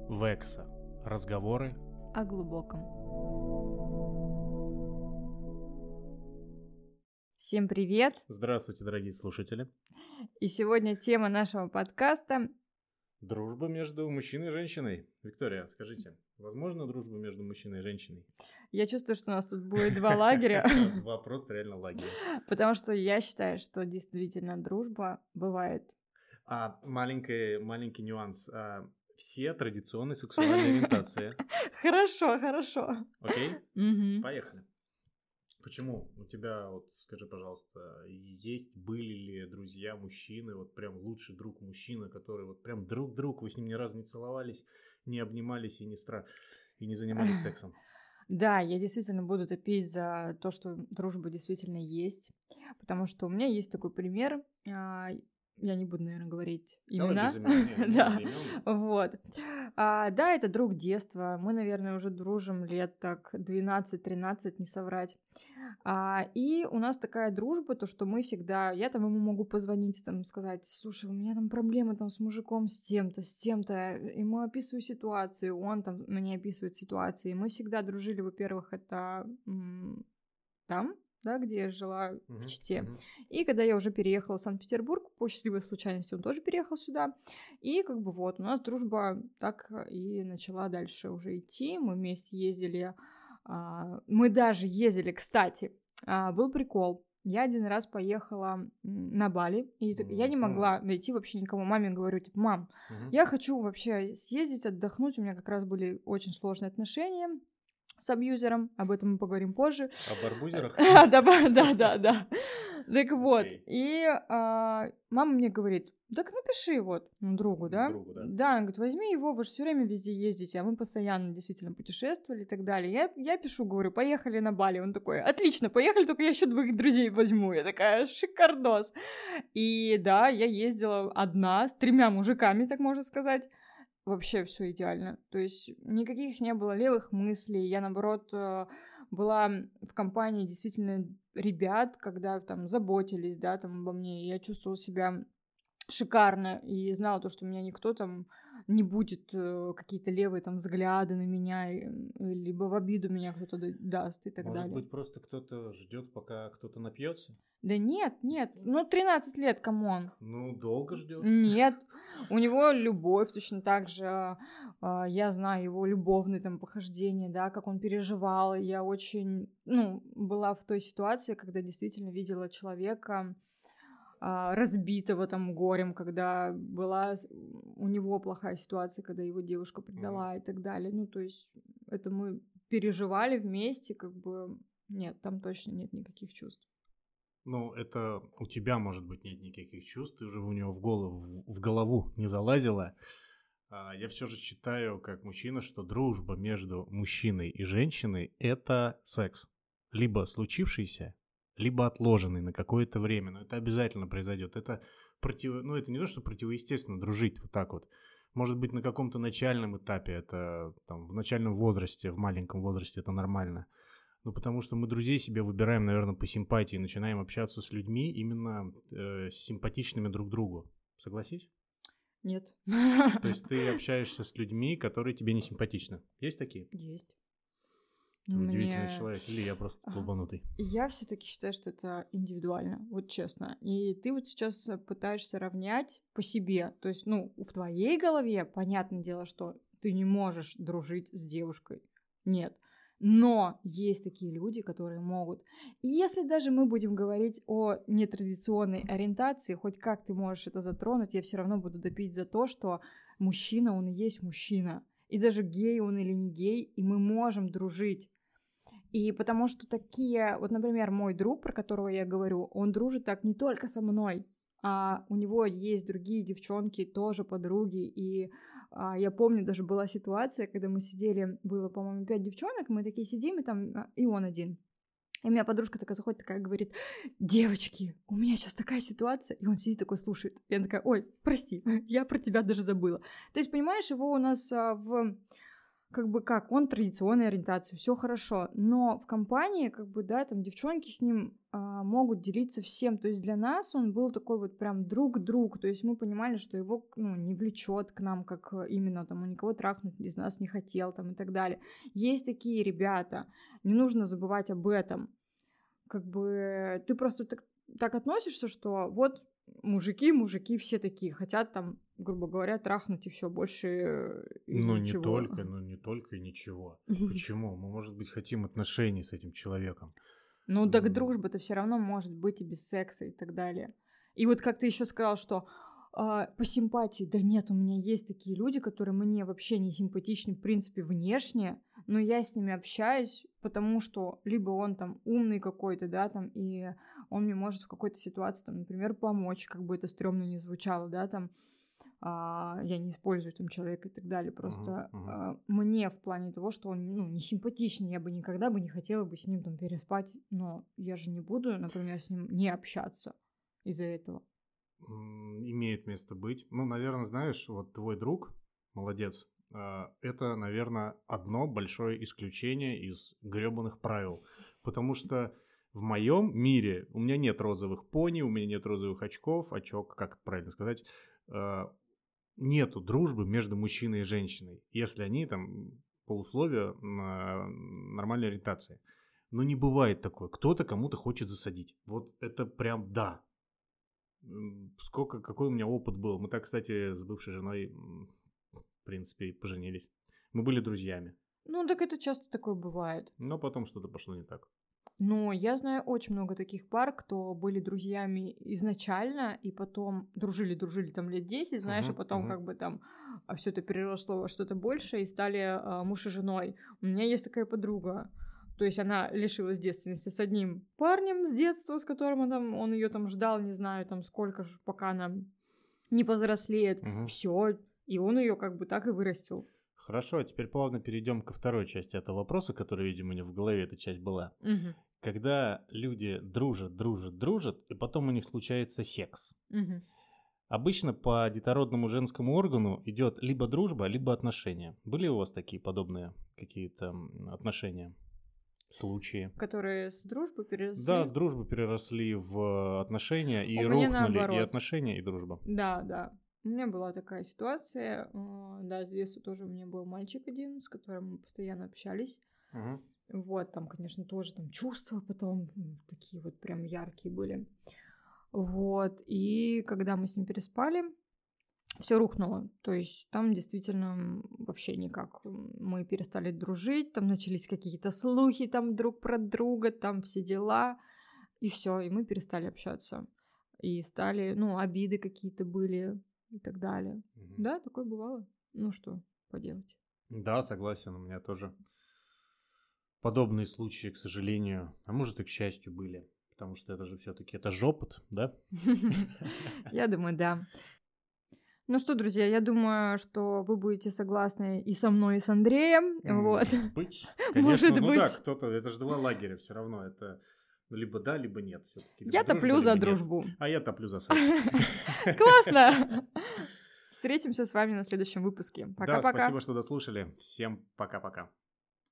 Векса. Разговоры о глубоком. Всем привет! Здравствуйте, дорогие слушатели. И сегодня тема нашего подкаста Дружба между мужчиной и женщиной. Виктория, скажите, возможно дружба между мужчиной и женщиной? Я чувствую, что у нас тут будет два лагеря. Два просто реально лагеря. Потому что я считаю, что действительно дружба бывает. Маленький нюанс. Все традиционные сексуальные ориентации. Хорошо. Окей? Мгм. Поехали. Почему у тебя, вот скажи, пожалуйста, были ли друзья мужчины, вот прям лучший друг мужчина, который вот прям друг, вы с ним ни разу не целовались, не обнимались и не занимались сексом? Да, я действительно буду топить за то, что дружба действительно есть, потому что у меня есть такой пример. Я не буду, наверное, говорить Давай имена. без имен, Да, имен. вот. Да, это друг детства. Мы, наверное, уже дружим лет так 12-13, не соврать. И у нас такая дружба, то, что мы всегда... Я там ему могу позвонить, там, сказать: слушай, у меня там проблемы там с мужиком, с тем-то. Ему описываю ситуацию, он там мне описывает ситуации. Мы всегда дружили, во-первых, это там, да, где я жила, в Чите. И когда я уже переехала в Санкт-Петербург, по счастливой случайности он тоже переехал сюда. И как бы вот, у нас дружба так и начала дальше уже идти. Мы вместе ездили... Мы даже ездили, кстати, был прикол. Я один раз поехала на Бали, и я не могла найти вообще никого. Маме говорю, типа: мам, я хочу вообще съездить, отдохнуть. У меня как раз были очень сложные отношения с абьюзером, об этом мы поговорим позже. Об арбузерах? Да. Так вот, и мама мне говорит: так напиши вот другу, да? Другу, да. Да, она говорит: возьми его, вы же все время везде ездите, а мы постоянно действительно путешествовали и так далее. Я пишу, говорю: поехали на Бали. Он такой: отлично, поехали, только я еще 2 друзей возьму. Я такая: шикардос. И да, я ездила одна, с 3 мужиками, так можно сказать. Вообще все идеально. То есть никаких не было левых мыслей. Я, наоборот, была в компании действительно ребят, когда там заботились, да, там обо мне. Я чувствовала себя шикарно и знала то, что у меня никто там не будет какие-то левые там взгляды на меня, либо в обиду меня кто-то даст и так далее. Может быть, просто кто-то ждет, пока кто-то напьется? Да нет, 13 лет, камон. Ну, долго ждет. Нет, у него любовь точно так же, я знаю его любовные там похождения, да, как он переживал. Я очень, была в той ситуации, когда действительно видела человека разбитого там горем, когда была у него плохая ситуация, когда его девушка предала и так далее. То есть это мы переживали вместе, как бы, нет, там точно нет никаких чувств. Это у тебя, может быть, нет никаких чувств, ты уже у него в голову не залазила. Я все же считаю, как мужчина, что дружба между мужчиной и женщиной – это секс. Либо случившийся, либо отложенный на какое-то время. Но это обязательно произойдет. Это это не то, что противоестественно дружить вот так вот. Может быть, на каком-то начальном этапе, это там в начальном возрасте, в маленьком возрасте это нормально. Потому что мы друзей себе выбираем, наверное, по симпатии, начинаем общаться с людьми именно симпатичными друг другу. Согласись? Нет. То есть ты общаешься с людьми, которые тебе не симпатичны. Есть такие? Есть. Ты удивительный человек, или я просто долбанутый? Я все-таки считаю, что это индивидуально, вот честно. И ты вот сейчас пытаешься равнять по себе. То есть, в твоей голове, понятное дело, что ты не можешь дружить с девушкой. Нет. Но есть такие люди, которые могут. И если даже мы будем говорить о нетрадиционной ориентации, хоть как ты можешь это затронуть, я все равно буду топить за то, что мужчина, он и есть мужчина. И даже гей он или не гей, и мы можем дружить. И потому что такие, вот, например, мой друг, про которого я говорю, он дружит так не только со мной, а у него есть другие девчонки, тоже подруги, и я помню, даже была ситуация, когда мы сидели, было, по-моему, 5 девчонок, мы такие сидим, и он один. И у меня подружка такая заходит, такая говорит: девочки, у меня сейчас такая ситуация, и он сидит такой, слушает. И я такая: ой, прости, я про тебя даже забыла. То есть, понимаешь, его у нас как бы как, он традиционной ориентации, все хорошо, но в компании, как бы, да, там девчонки с ним могут делиться всем, то есть для нас он был такой вот прям друг-друг, то есть мы понимали, что его, ну, не влечет к нам, как именно там он никого трахнуть из нас не хотел, там, и так далее. Есть такие ребята, не нужно забывать об этом, как бы ты просто так относишься, что вот мужики все такие, хотят там, грубо говоря, трахнуть и все больше и Ну, ничего. не только и ничего. Почему? Мы, может быть, хотим отношений с этим человеком. Ну, так дружба-то все равно может быть и без секса и так далее. И вот как ты еще сказал, что по симпатии, да нет, у меня есть такие люди, которые мне вообще не симпатичны, в принципе, внешне, но я с ними общаюсь, потому что либо он там умный какой-то, да, там, и он мне может в какой-то ситуации, там, например, помочь, как бы это стрёмно не звучало, да, там, я не использую там человека и так далее, просто мне в плане того, что он, ну, не симпатичный, я бы никогда бы не хотела бы с ним там переспать, но я же не буду, например, с ним не общаться из-за этого. Имеет место быть. Ну, наверное, знаешь, вот твой друг, молодец, это, наверное, одно большое исключение из грёбаных правил, потому что в моем мире у меня нет розовых пони, у меня нет розовых очок, как это правильно сказать, нету дружбы между мужчиной и женщиной, если они там по условию нормальной ориентации. Но не бывает такое. Кто-то кому-то хочет засадить. Вот это прям да. Какой у меня опыт был. Мы так, кстати, с бывшей женой, в принципе, поженились. Мы были друзьями. Ну, так это часто такое бывает. Но потом что-то пошло не так. Но я знаю очень много таких пар, кто были друзьями изначально, и потом дружили там лет 10, знаешь, и потом как бы там все это переросло во что-то большее, и стали муж и женой. У меня есть такая подруга, то есть она лишилась девственности с одним парнем с детства, с которым он ее там ждал, не знаю, там сколько же, пока она не повзрослеет. Все, и он ее как бы так и вырастил. Хорошо, а теперь плавно перейдем ко второй части этого вопроса, которая, видимо, у меня в голове эта часть была. Когда люди дружат, и потом у них случается секс. Обычно по детородному женскому органу идет либо дружба, либо отношения. Были у вас такие подобные какие-то отношения, случаи? Которые с дружбы переросли? Да, с дружбы переросли в отношения и у рухнули наоборот. и отношения, и дружба. Да. У меня была такая ситуация. Да, с детства тоже у меня был мальчик один, с которым мы постоянно общались. Вот, там, конечно, тоже там чувства потом такие вот прям яркие были. Вот, и когда мы с ним переспали, все рухнуло. То есть там действительно вообще никак. Мы перестали дружить, там начались какие-то слухи там друг про друга, там все дела. И все, и мы перестали общаться. И стали, обиды какие-то были и так далее. Да, такое бывало. Ну что поделать. Да, согласен, у меня тоже подобные случаи, к сожалению, а может и к счастью были. Потому что это же все-таки это жопот, да? Я думаю, да. Ну что, друзья, я думаю, что вы будете согласны и со мной, и с Андреем. Вот. Быть. Конечно, да, кто-то, это же два лагеря все равно, это либо да, либо нет. Я топлю за дружбу. А я топлю за секс. Классно! Встретимся с вами на следующем выпуске. Пока-пока. Да, спасибо, что дослушали. Всем пока-пока.